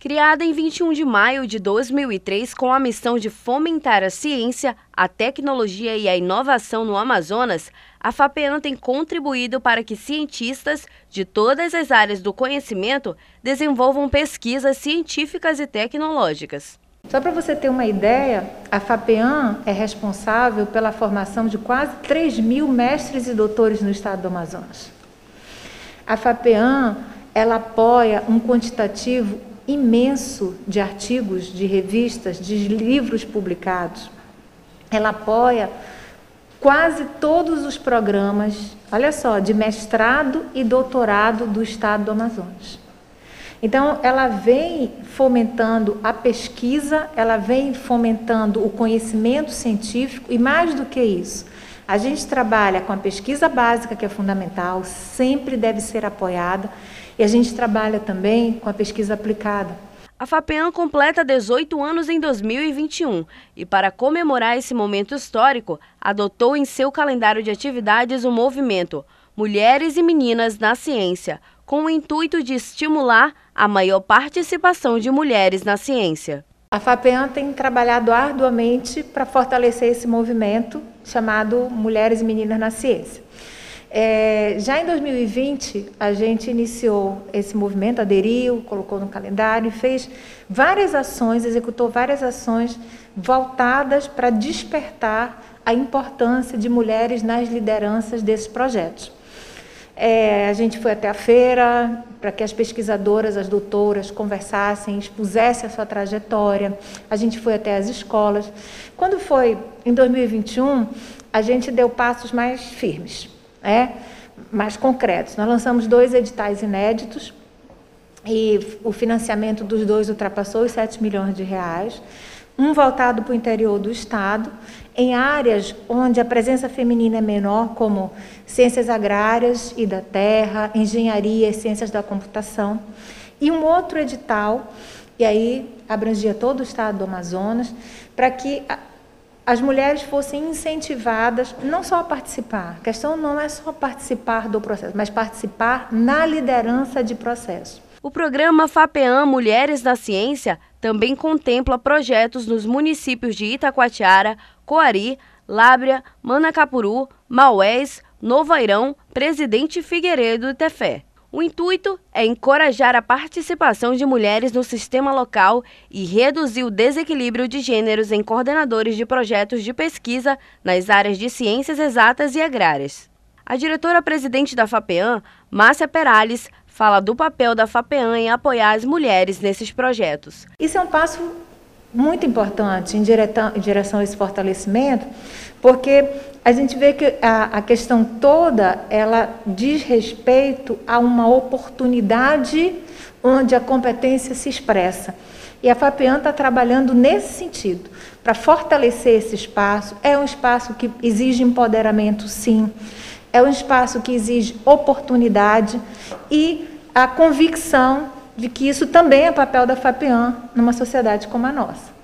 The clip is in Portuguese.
Criada em 21 de maio de 2003 com a missão de fomentar a ciência, a tecnologia e a inovação no Amazonas, a FAPEAM tem contribuído para que cientistas de todas as áreas do conhecimento desenvolvam pesquisas científicas e tecnológicas. Só para você ter uma ideia, a FAPEAM é responsável pela formação de quase 3.000 mestres e doutores no estado do Amazonas. A FAPEAM, ela apoia um quantitativo imenso de artigos, de revistas, de livros publicados. Ela apoia quase todos os programas, olha só, de mestrado e doutorado do estado do Amazonas. Então, ela vem fomentando a pesquisa, ela vem fomentando o conhecimento científico e, mais do que isso, a gente trabalha com a pesquisa básica, que é fundamental, sempre deve ser apoiada, e a gente trabalha também com a pesquisa aplicada. A FAPEAM completa 18 anos em 2021 e, para comemorar esse momento histórico, adotou em seu calendário de atividades o movimento Mulheres e Meninas na Ciência, com o intuito de estimular a maior participação de mulheres na ciência. A FAPEAM tem trabalhado arduamente para fortalecer esse movimento chamado Mulheres e Meninas na Ciência. Já em 2020, a gente iniciou esse movimento, aderiu, colocou no calendário e fez várias ações, executou várias ações voltadas para despertar a importância de mulheres nas lideranças desses projetos. A gente foi até a feira para que as pesquisadoras, as doutoras, conversassem, expusessem a sua trajetória. A gente foi até as escolas. Quando foi em 2021, a gente deu passos mais firmes, mais concretos. Nós lançamos 2 editais inéditos e o financiamento dos 2 ultrapassou os 7 milhões de reais. Um voltado para o interior do estado, em áreas onde a presença feminina é menor, como ciências agrárias e da terra, engenharia e ciências da computação. E um outro edital, e aí abrangia todo o estado do Amazonas, para que as mulheres fossem incentivadas não só a participar, a questão não é só participar do processo, mas participar na liderança de processo. O programa FAPEAM Mulheres na Ciência também contempla projetos nos municípios de Itacoatiara, Coari, Lábrea, Manacapuru, Maués, Novo Airão, Presidente Figueiredo e Tefé. O intuito é encorajar a participação de mulheres no sistema local e reduzir o desequilíbrio de gêneros em coordenadores de projetos de pesquisa nas áreas de ciências exatas e agrárias. A diretora-presidente da FAPEAM, Márcia Perales, fala do papel da FAPEAM em apoiar as mulheres nesses projetos. Isso é um passo muito importante em direção a esse fortalecimento, porque a gente vê que a questão toda, ela diz respeito a uma oportunidade onde a competência se expressa. E a FAPEAM está trabalhando nesse sentido, para fortalecer esse espaço. É um espaço que exige empoderamento, sim. É um espaço que exige oportunidade e a convicção de que isso também é papel da FAPEAM numa sociedade como a nossa.